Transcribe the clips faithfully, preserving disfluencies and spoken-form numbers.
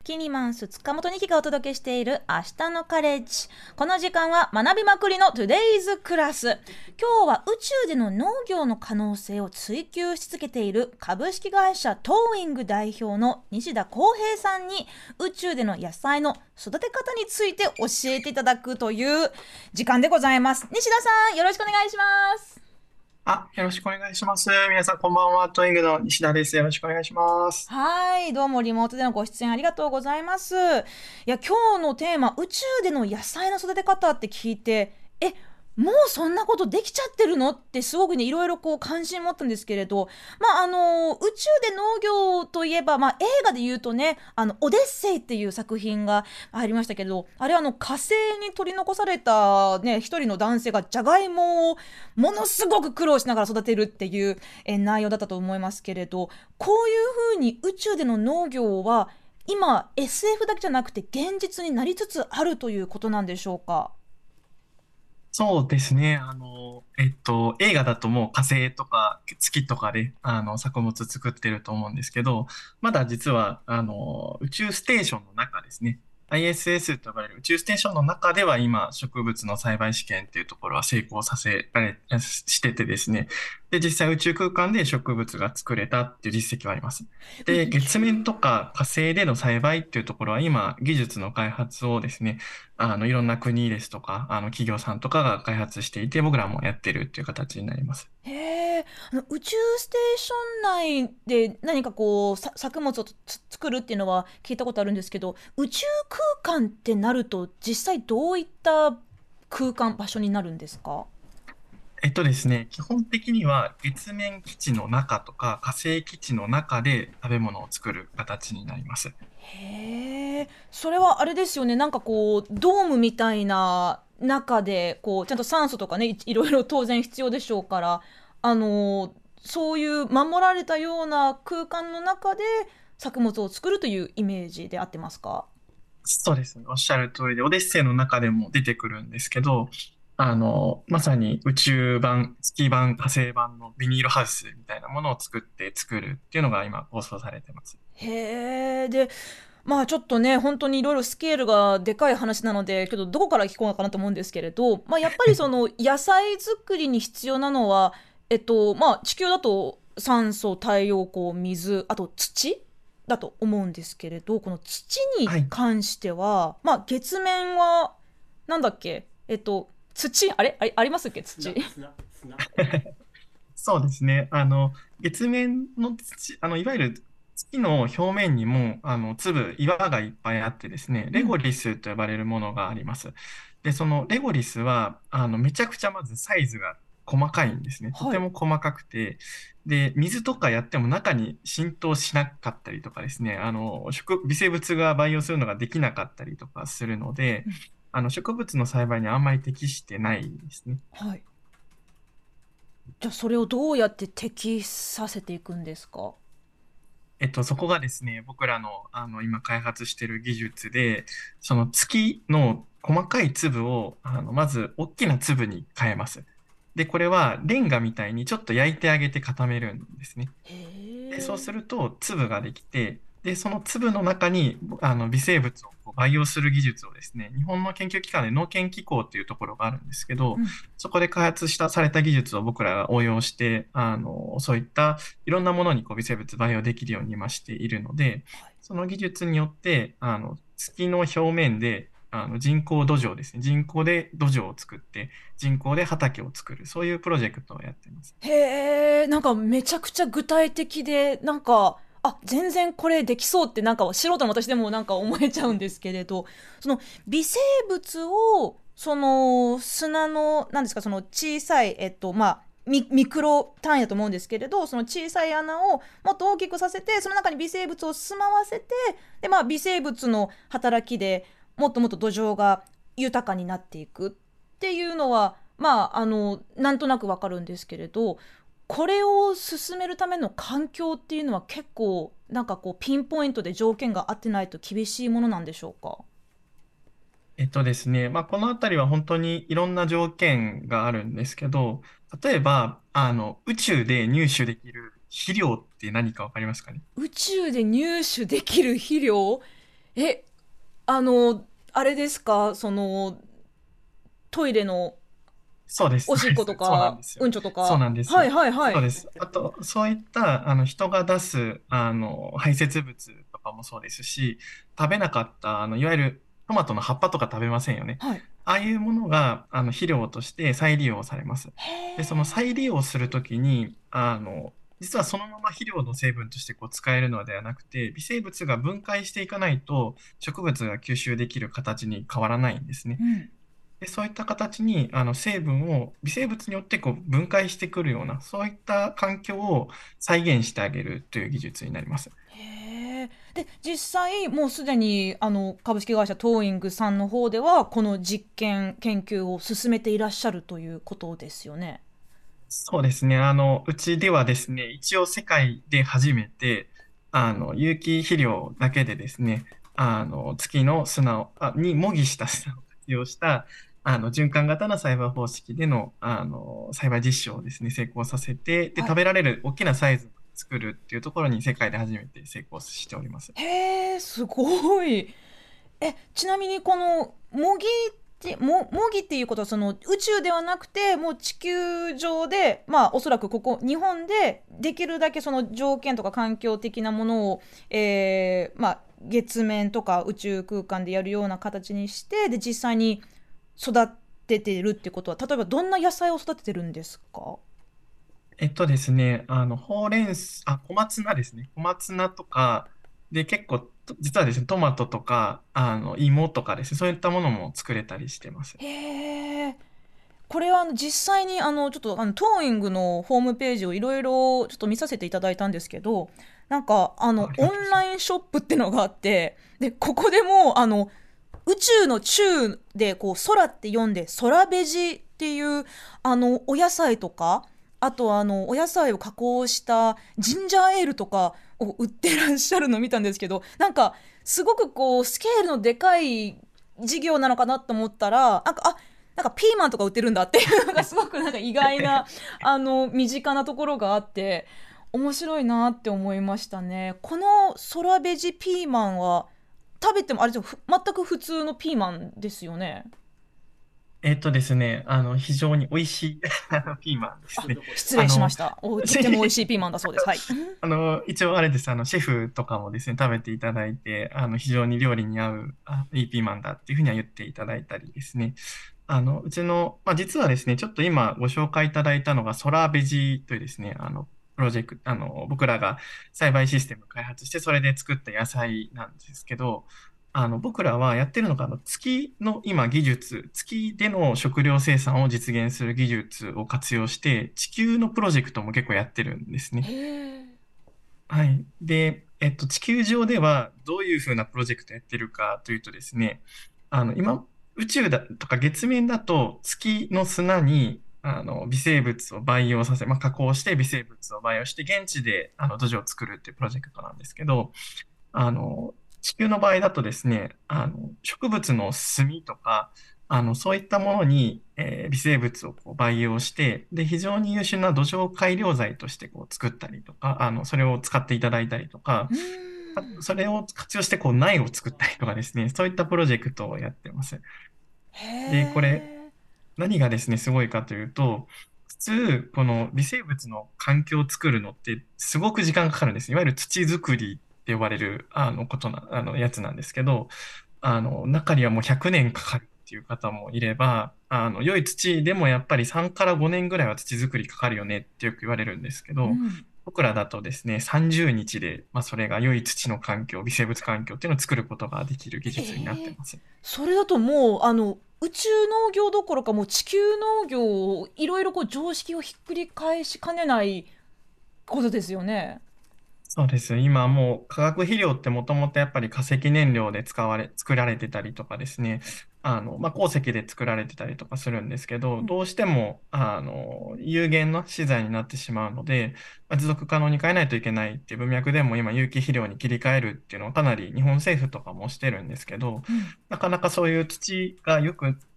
キニマンス塚本二希がお届けしている明日のカレッジ。この時間は学びまくりの Today's クラス。今日は宇宙での農業の可能性を追求し続けている株式会社トーイング代表の西田康平さんに宇宙での野菜の育て方について教えていただくという時間でございます。西田さん、よろしくお願いします。 あ、よろしくお願いします。皆さんこんばんは。トーイングの西田です。よろしくお願いします。 はい、どうもリモートでのご出演ありがとうございます。いや、今日のテーマ、宇宙での野菜の育て方って聞いて、え、もうそんなことできちゃってるのってすごくね、いろいろこう関心持ったんですけれど、まああの宇宙で農業といえば、まあ、映画で言うとね、あのオデッセイっていう作品がありましたけど、あれはあの火星に取り残されたね、一人の男性がじゃがいもをものすごく苦労しながら育てるっていうえ内容だったと思いますけれど、こういうふうに宇宙での農業は今 エスエフ だけじゃなくて現実になりつつあるということなんでしょうか？ そうですね。あの、えっと、映画だともう火星とか月とかで、あの、作物作ってると思うんですけど、まだ実は、あの、宇宙ステーションの中ですね。アイエスエス と呼ばれる宇宙ステーションの中では今、植物の栽培試験っていうところは成功させられ、しててですね。で、実際宇宙空間で植物が作れたっていう実績はあります。で、月面とか火星での栽培っていうところは今、技術の開発をですね、あの、いろんな国ですとか、あの、企業さんとかが開発していて、僕らもやってるっていう形になります。 へえ、あの宇宙ステーション内で何かこうさ作物をつ作るっていうのは聞いたことあるんですけど、宇宙空間ってなると実際どういった空間場所になるんですか？ えっとですね、基本的には月面基地の中とか火星基地の中で食べ物を作る形になります。 へえ、それはあれですよね、なんかこうドームみたいな中でこうちゃんと酸素とかね、いいろいろ当然必要でしょうから、あのそういう守られたような空間の中で作物を作るというイメージで合ってますか？ そうですね。おっしゃる通りで、オデッセイの中でも出てくるんですけど、あの、まさに宇宙版、月版、火星版のビニールハウスみたいなものを作って作るっていうのが今放送されてます。 へえ、で、まあちょっとね、本当にいろいろスケールがでかい話なので、けどどこから聞こうかなと思うんですけれど、まあやっぱりその野菜作りに必要なのは、えっと、まあ地球だと酸素、太陽光、水、あと土だと思うんですけれど、この土にはい。 関しては、まあ月面は、なんだっけ、えっと、土、あれあれありますっけ、土。 そうですね。あの、月面の土、あの、いわゆる月の表面にも、あの、粒、岩がいっぱいあってですね、 うん。 レゴリスと呼ばれるものがあります。で、そのレゴリスは、あの、めちゃくちゃまずサイズが細かいんですね。とはい。 ても細かくて、で、水とかやっても中に浸透しなかったりとかですね、あの、植、微生物が培養するのができなかったりとかするので、 うん。 あの、植物の栽培にあんまり適してないですね。 はい。じゃあそれをどうやって適させていくんですか？ えっと、そこがですね、僕らの、あの、今開発している技術で、その月の細かい粒を、あの、まず大きな粒に変えます。で、これはレンガみたいにちょっと焼いてあげて固めるんですね。 へで、そうえ。 すると粒ができて、で、その粒の中にあの微生物をこう培養する技術をですね、日本の研究機関で農研機構っていうところがあるんですけど、 うん。 そこで開発した、された技術を僕らが応用して、あの、そういったいろんなものにこう微生物培養できるように今しているので、 はい。 その技術によって、あの、月の表面で、あの人工土壌ですね。人工で土壌を作って、人工で畑を作る。そういうプロジェクトをやっています。 へえ、なんかめちゃくちゃ具体的で、なんか、あ、全然これできそうってなんか素人の私でもなんか思えちゃうんですけれど、その微生物を、その砂の、なんですか、その小さい、えっと、まあ、ミミクロ単位だと思うんですけれど、その小さい穴をもっと大きくさせて、その中に微生物を住まわせて、で、まあ、微生物の働きでもっともっと土壌が豊かになっていくっていうのは、まあ、あの、なんとなくわかるんですけれど、これを進めるための環境っていうのは結構、なんかこう、ピンポイントで条件が合ってないと厳しいものなんでしょうか？ えっとですね、まあ、このあたりは本当にいろんな条件があるんですけど、例えば、あの、宇宙で入手できる肥料って何かわかりますかね？ 宇宙で入手できる肥料？ え、あの、あれですか、その、トイレのそうです、 おしっことそうです。そうなんか、 ですよ。 うんちょとそうか。 なんです。 はいはいはい。 そうです。あと、そういった、あの、人が出す、あの、排泄物とかもそうですし、食べなかった、あの、いわゆるトマトの葉っぱとか食べませんよね。 はい。 ああいうものが、あの、肥料として再利用されます。 へで、その再利え。 用するときに、あの、実はそのまま肥料の成分としてこう使えるのではなくて、微生物が分解していかないと植物が吸収できる形に変わらないんですね。 うん。 で、そういった形に、あの、成分を微生物によってこう分解してくるような、そういった環境を再現してあげるという技術になります。 へえ。で、実際、もうすでに、あの、株式会社トーイングさんの方では、この実験、研究を進めていらっしゃるということですよね。 そうですね。あの、うちではですね、一応世界で初めて、あの、有機肥料だけでですね、あの、月の砂を、あ、に模擬した砂を活用した、あの、循環型の栽培方式での、あの、栽培実証をですね、成功させて、で、 はい。 食べられる大きなサイズを作るっていうところに世界で初めて成功しております。 へえ、すごい。え、ちなみにこの模擬っても模擬っていうことはその宇宙ではなくてもう地球上でまあおそらくここ日本でできるだけその条件とか環境的なものを、えーまあ月面とか宇宙空間でやるような形にしてで実際に育ててるってことは例えばどんな野菜を育ててるんですか？ えっとですね、あの、ほうれん草、あ、小松菜ですね。小松菜とか、で、結構、と実はですね、トマトとか、あの、芋とかですね、そういったものも作れたりしてます。 へえ。これはあの実際にあのちょっとあのトーイングのホームページをいろいろちょっと見させていただいたんですけど、なんかああ、 のありオンラがとうございます。 インショップってのがあって、でここでもあの宇宙の宙でこう空って読んで空ベジっていうあのお野菜とか、あとあのお野菜を加工したジンジャーエールとかを売ってらっしゃるのを見たんですけど、なんかすごくこうスケールのでかい事業なのかなと思ったら、なんかあなんかピーマンとか売ってるんだっていうのがすごくなんか意外なあの身近なところがあって面白いなって思いましたね。この空ベジピーマンは食べてもあれじゃふ全く普通のピーマンですよね。 えっとですね、あの、非常に美味しいあのピーマンですあ、 ね。 失礼しまあの、 した。おとっしても美味しいピーマンだそうです。はい。 あの、一応あれです。あの、シェフとかもですね、食べていただいて、あの、非常に料理に合う、あ、いいピーマンだっていうふうには言っていただいたりですね。あの、うちの、まあ、実はですね、ちょっと今ご紹介いただいたのが、ソラーベジというですね、あの、プロジェクト、あの、僕らが栽培システムを開発して、それで作った野菜なんですけど、あの、僕らはやってるのが、あの、月の今技術、月での食料生産を実現する技術を活用して、地球のプロジェクトも結構やってるんですね。 へえ。 はい。で、えっと、地球上ではどういうふうなプロジェクトやってるかというとですね、あの、今、宇宙だとか月面だと月の砂に、あの、微生物を培養させ、まあ、加工して微生物を培養して、現地で、あの、土壌を作るっていうプロジェクトなんですけど、あの、地球の場合だとですね、あの、植物の炭とか、あの、そういったものに、えー微生物をこう培養して、で、非常に優秀な土壌改良剤としてこう作ったりとか、あの、それを使っていただいたりとか、 うーあん。 それを活用してこう苗を作ったりとかですね、そういったプロジェクトをやってます。 へで、これ、 え。 何がですね、すごいかというと、普通、この微生物の環境を作るのってすごく時間かかるんです。いわゆる土作りって呼ばれる、あの、ことな、あの、やつなんですけど、あの、中にはもうひゃくねんかかるっていう方もいれば、あの、良い土でもやっぱりさんからごねんぐらいは土作りかかるよねってよく言われるんですけど、 うん。 僕らだとですね、さんじゅうにちで、まあ、それが良い土の環境、微生物環境っていうのを作ることができる技術になっええ。 てます。 それだともうあの宇宙農業どころかもう地球農業をいろいろこう常識をひっくり返しかねないことですよね。 そうです。今もう化学肥料ってもともとやっぱり化石燃料で使われ、作られてたりとかですね、あの、まあ、鉱石で作られてたりとかするんですけど、 うん。 どうしても、あの、有限の資材になってしまうので、まあ、持続可能に変えないといけないっていう文脈でも今有機肥料に切り替えるっていうのをかなり日本政府とかもしてるんですけど、 うん。 なかなかそういう土がよく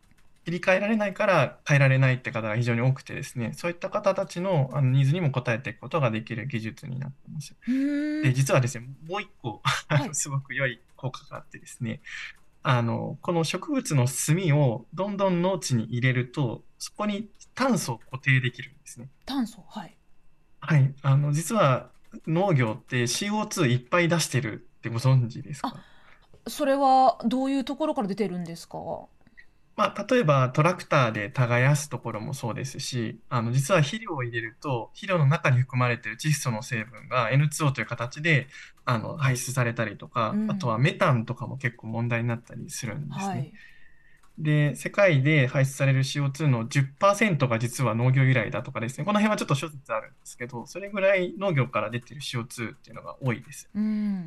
切り替えられないから変えられないって方が非常に多くてですね、そういった方たちの、あのニーズにも応えていくことができる技術になっています。 うーで、 ん。 実はですね、もう一個あはい。 のすごく良い効果があってですね、あの、この植物の炭をどんどん農地に入れると、そこに炭素を固定できるんですね。 炭素、はい。 はい。あの、実は農業って シーオーツー いっぱい出してるってご存知ですあ、 か？ それはどういうところから出てるんですか？ まあ、例えばトラクターで耕すところもそうですし、あの、実は肥料を入れると、肥料の中に含まれている窒素の成分が エヌツーオー という形で、あの、排出されたりとか、あとはうん。 メタンとかも結構問題になったりするんですね。 はい。 で、世界で排出される シーオーツー のじゅっパーセントが実は農業由来だとかですね、この辺はちょっと諸説あるんですけど、それぐらい農業から出ている シーオーツー っていうのが多いです。 うん。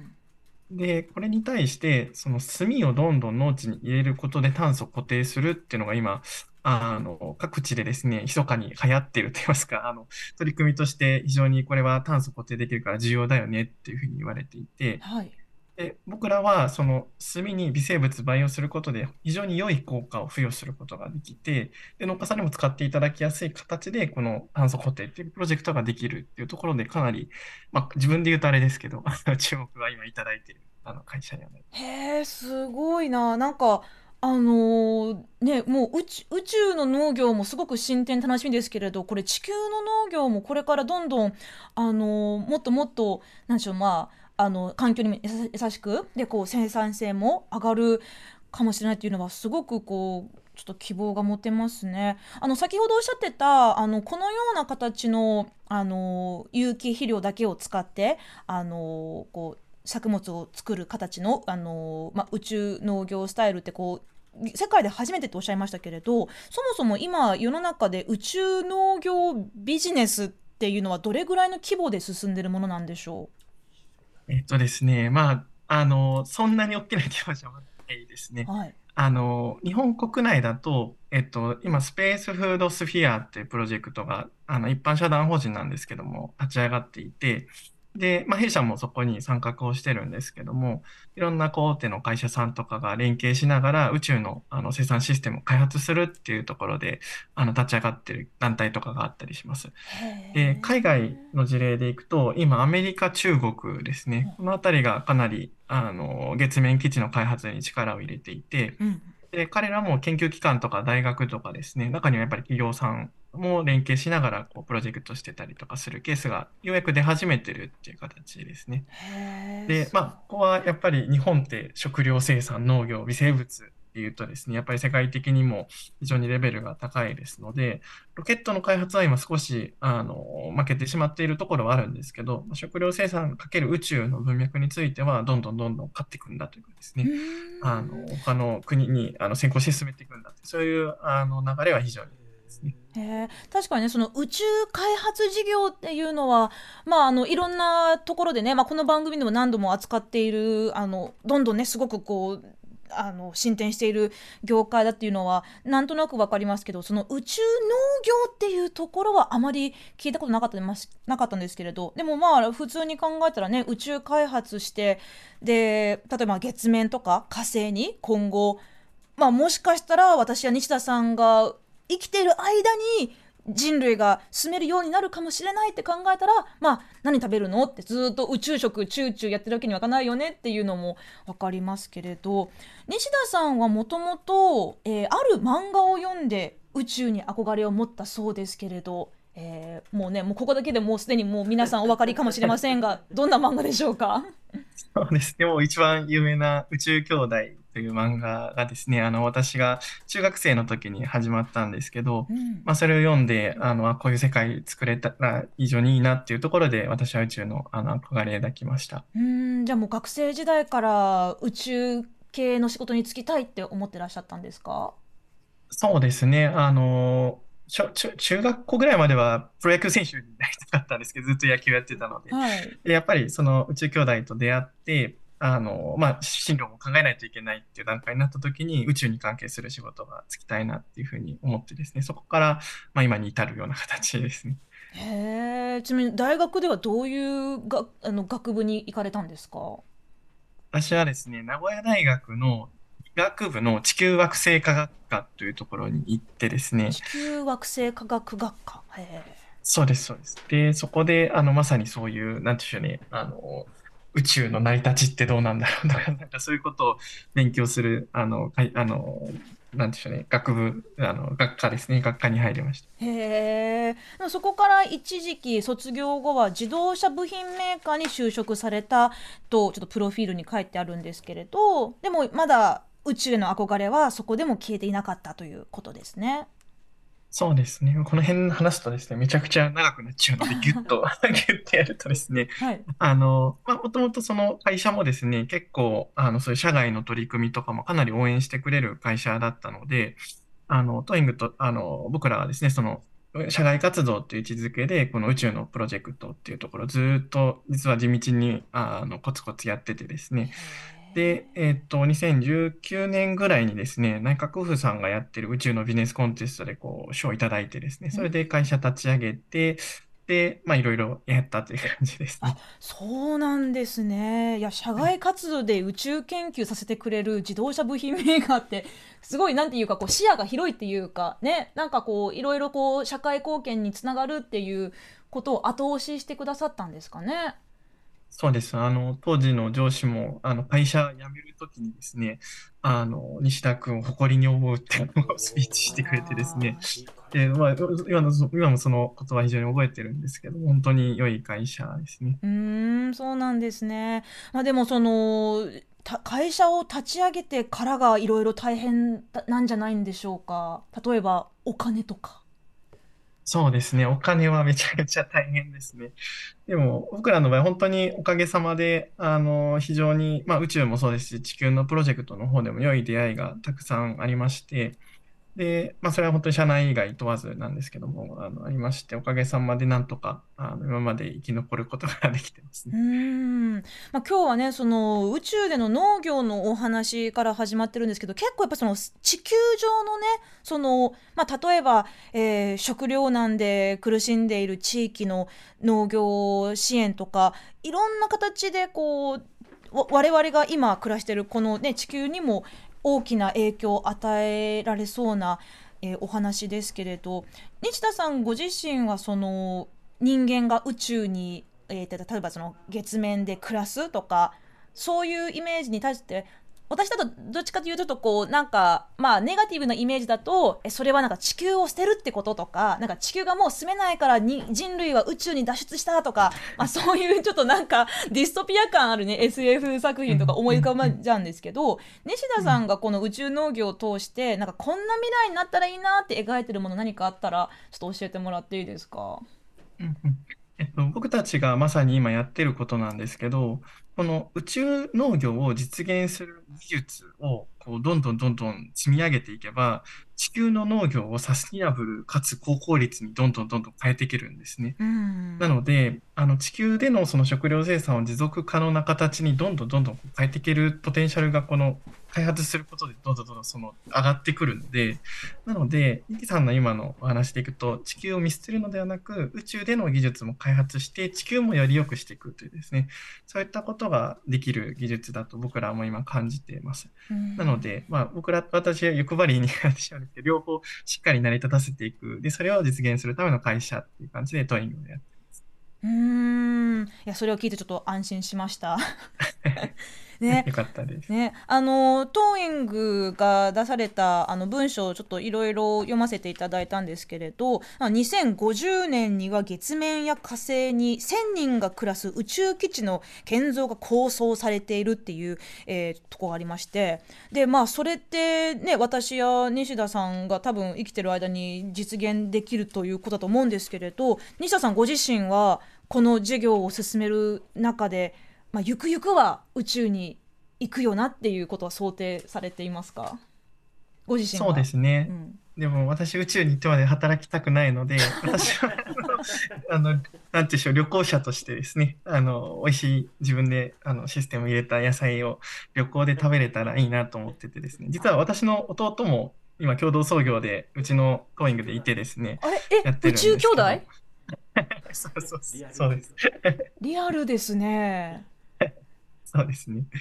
で、これに対して、その炭をどんどん農地に入れることで炭素を固定するっていうのが今、あの、各地でですね、密かに流行っていると言いますか、あの、取り組みとして非常にこれは炭素固定できるから重要だよねっていうふうに言われていて、 はい。 で、僕らはその炭に微生物培養することで非常に良い効果を付与することができて、で、農家さんにも使っていただきやすい形で、この炭素固定っていうプロジェクトができるっていうところで、かなり、まあ、自分で言うとあれですけど、あの注目は今いただいているあの会社にはなります。 へえ、すごいな。なんか、あのーね、もう宇宙、宇宙の農業もすごく進展楽しみですけれど、これ地球の農業もこれからどんどん、あのーもっともっと、なんでしょう、まあ、あの、環境にも優し優しく、で、こう、生産性も上がるかもしれないっていうのは、すごくこう、ちょっと希望が持てますね。あの、先ほどおっしゃってた、あの、このような形の、あの、有機肥料だけを使って、あの、こう、作物を作る形の、あのまあ、宇宙農業スタイルってこう世界で初めてとおっしゃいましたけれど、そもそも今世の中で宇宙農業ビジネスっていうのはどれぐらいの規模で進んでるものなんでしょえっとですね、まあ、あの、そんなに大きな規模じゃないですね。 う？はい。 あの、日本国内だと、えっと、今、スペースフードスフィアっていうプロジェクトが、あの、一般社団法人なんですけども、立ち上がっていて、で、まあ、弊社もそこに参画をしてるんですけども、いろんなこう大手の会社さんとかが連携しながら宇宙の、あの生産システムを開発するっていうところで、あの、立ち上がってる団体とかがあったりします。 へで、海外え。 の事例でいくと、今、アメリカ、中国ですね。このあたりがかなり、あの、月面基地の開発に力を入れていて、 うん。 で、彼らも研究機関とか大学とかですね、中にはやっぱり企業さんも連携しながら、こう、プロジェクトしてたりとかするケースが、ようやく出始めてるっていう形ですね。 へえ、 で、 すまあ、ここはやっぱり日本って食料生産、農業、微生物っていうとですね、やっぱり世界的にも非常にレベルが高いですので、ロケットの開発は今少し、あの、負けてしまっているところはあるんですけど、まあ食料生産かける宇宙の文脈については、どんどんどんどん勝っていくんだというかですうーね、あの、 ん。 他の国にあの先行して進めていくんだという、そういうあの流れは非常にですね。 へえ、確かにね、その宇宙開発事業っていうのは、まあ、あのいろんなところでね、まあ、この番組でも何度も扱っている、あのどんどんねすごくこうあの進展している業界だっていうのはなんとなく分かりますけど、その宇宙農業っていうところはあまり聞いたことなかったますなかったんですけれど、でもまあ普通に考えたらね、宇宙開発して、で例えば月面とか火星に今後、まあ、もしかしたら私や西田さんが生きている間に人類が住めるようになるかもしれないって考えたら、まあ、何食べるのってずっと宇宙食チューチューやってるわけにはいかないよねっていうのも分かりますけれど、西田さんはもともとある漫画を読んで宇宙に憧れを持ったそうですけれど、えーもうねもうここだけでもうすでにもう皆さんお分かりかもしれませんが、どんな漫画でしょうか？ そうですね。もう一番有名な宇宙兄弟という漫画がですね、あの、私が中学生の時に始まったんですけど、 うん。 まあ、それを読んで、あの、あこういう世界作れたら非常にいいなっていうところで、私は宇宙の、あの、憧れ抱きました。 うーん、じゃあもう学生時代から宇宙系の仕事に就きたいって思ってらっしゃったんですか？ そうですね。あの、小中、中学校ぐらいまではプロ野球選手になりたかったんですけど、ずっと野球やってたので。 はい。 で、やっぱりその宇宙兄弟と出会って、あの、まあ、進路も考えないといけないっていう段階になった時に宇宙に関係する仕事がつきたいなっていうふうに思ってですね、そこから、まあ、今に至るような形ですね。 へえ、ちなみに大学ではどういうがあの学部に行かれたんですか？ 私はですね、名古屋大学の理学部の地球惑星科学科というところに行ってですね、 地球惑星科学学科。へえ。 そうです、そうです。で、そこで、あの、まさにそういう、なんていうんでしょうね、あの、宇宙の成り立ちってどうなんだろうとか、なんかそういうことを勉強する、あの、はい、あの、なんていうんでしょうね、学部、あの、学科ですね、学科に入りました。 へえ。そこから一時期卒業後は自動車部品メーカーに就職されたとちょっとプロフィールに書いてあるんですけれど、でもまだ宇宙への憧れはそこでも消えていなかったということですね。 そうですね。この辺話すとですね、めちゃくちゃ長くなっちゃうので、ぎゅっとぎゅっとやるとですね、 はい。 あの、まあ、もともとその会社もですね、結構、あの、そういう社外の取り組みとかもかなり応援してくれる会社だったので、あの、トーイングと、あの、僕らはですね、その、社外活動という位置づけで、この宇宙のプロジェクトっていうところをずーっと、実は地道に、あの、コツコツやっててですね、で、えっと、にせんじゅうきゅうねんぐらいにですね、内閣府さんがやってる宇宙のビジネスコンテストでこう、賞をいただいてですね、それで会社立ち上げて、で、まあ、いろいろやったという感じですあ、 ね。 そうなんですね。いや、社外活動で宇宙研究させてくれる自動車部品メーカーって、すごい、なんていうか、こう、視野が広いっていうか、ね、なんかこう、いろいろこう、社会貢献につながるっていうことを後押ししてくださったんですかね。 そうです。あの、当時の上司も、あの、会社辞めるときにですね、あの、西田君を誇りに思うっていうのをスピーチしてくれてですね、で、まあ、今の、今もそのことは非常に覚えてるんですけど、本当に良い会社ですね。 うーん、そうなんですね。まあ、でもその、た会社を立ち上げてからがいろいろ大変だなんじゃないんでしょうか。例えば、お金とか。 そうですね。お金はめちゃめちゃ大変ですね。でも、僕らの場合、本当におかげさまで、あの、非常に、まあ、宇宙もそうですし、地球のプロジェクトの方でも良い出会いがたくさんありまして、で、まあ、それは本当に社内以外問わずなんですけども、あの、ありまして、おかげさまでなんとか、あの、今まで生き残ることができてますね。 うーん、まあ、今日はね、その宇宙での農業のお話から始まってるんですけど、結構やっぱその地球上のね、その、まあ、例えば、えー食糧難で苦しんでいる地域の農業支援とか、いろんな形でこう、わ我々が今暮らしてるこのね、地球にも大きな影響を与えられそうな、えーお話ですけれど、西田さんご自身はその人間が宇宙に、えーと例えばその月面で暮らすとかそういうイメージに対して私だとどっちかというとこうなんかまあネガティブなイメージだとえそれはなんか地球を捨てるってこととかなんか地球がもう住めないからに人類は宇宙に脱出したとか、まあ、そういうちょっとなんかディストピア感あるね エスエフ 作品とかうん、うん、 思い浮かばうん。 じゃうんですけど西田さうんんがこの宇宙農業を通してなんかこんな未来になったらいいなって描いてるもの何かあったらちょっと教えてもらっていいですか？ うんうんえっと、僕たちがまさに今やってることなんですけど、この宇宙農業を実現する技術をこうどんどんどんどん積み上げていけば、地球の農業をサスティナブルかつ高効率にどんどんどんどん変えていけるんですね。 うなんので、あの地球でのその食料生産を持続可能な形にどんどんどんどん変えていけるポテンシャルがこの開発することでどんどんどんどんその上がってくるので、なので、イキさんの今のお話でいくと、地球を見捨てるのではなく、宇宙での技術も開発して、地球もより良くしていくというですね、そういったことができる技術だと僕らも今感じています。 うんなので、まあ僕ら、私は欲張りになってしまうんですけど、両方しっかり成り立たせていく。で、それを実現するための会社っていう感じでトーイングをやってます。 うーんいやそれを聞いてちょっと安心しましたね。 よかったです。 ね、あのトーイングが出されたあの文章をちょっといろいろ読ませていただいたんですけれどあにせんごじゅうねんには月面や火星にせんにんが暮らす宇宙基地の建造が構想されているっていう、えーとこがありましてでまあそれってね私や西田さんが多分生きてる間に実現できるということだと思うんですけれど西田さんご自身はこの事業を進める中でまあ、ゆくゆくは宇宙に行くよなっていうことは想定されていますか？ご自身そうでが。 すね。 うん。 でも私宇宙に行ってまで働きたくないので、私はあの、あのなんていうんでしょう、旅行者としてですね、あの、美味しい自分であのシステム入れた野菜を旅行で食べれたらいいなと思っててですね、実は私の弟も今共同創業でうちのトーイングでいてですね、 あれえ宇やってるん宙兄弟ですけど、そうそうそうです。 リアルですね。 そうですね。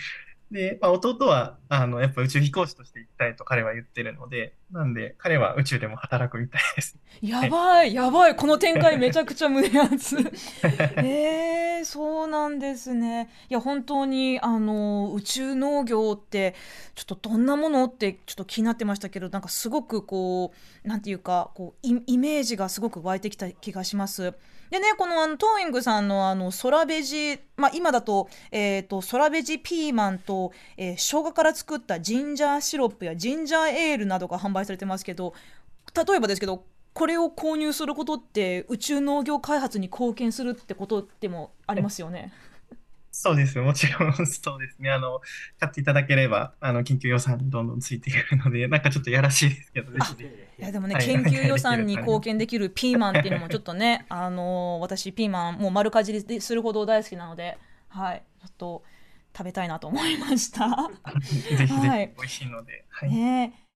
で、まあ、弟は、あの、やっぱ宇宙飛行士として行きたいと彼は言ってるので、なんで、彼は宇宙でも働くみたいです。はやい。 ばい、やばい、この展開めちゃくちゃ胸熱。えー、そうなんですね。いや、本当に、あの、宇宙農業って、ちょっとどんなものってちょっと気になってましたけど、なんかすごくこう、なんていうか、こう、イ、イメージがすごく湧いてきた気がします。でね、この、あの、トーイングさんのあの、ソラベジ、まあ、今だと、えっと、ソラベジピーマンと、えー生姜から作ったジンジャーシロップやジンジャーエールなどが販売されてますけど、例えばですけど、これを購入することって宇宙農業開発に貢献するってことでもありますよね。 そうです。もちろん、そうですね。あの、買っていただければ、あの、研究予算どんどんついてくるので、なんかちょっとやらしいですけど、ぜひあ、 ぜひ、 いやでもね、 はい、お研究予願いでき算に貢るとあります。 献できるピーマンっていうのもちょっとね、あのー私ピーマンもう丸かじりするほど大好きなので、はい、ちょっと食べたいなと思いました。 ぜひぜひ、 はい。 美味しいので、はい。 ねえ。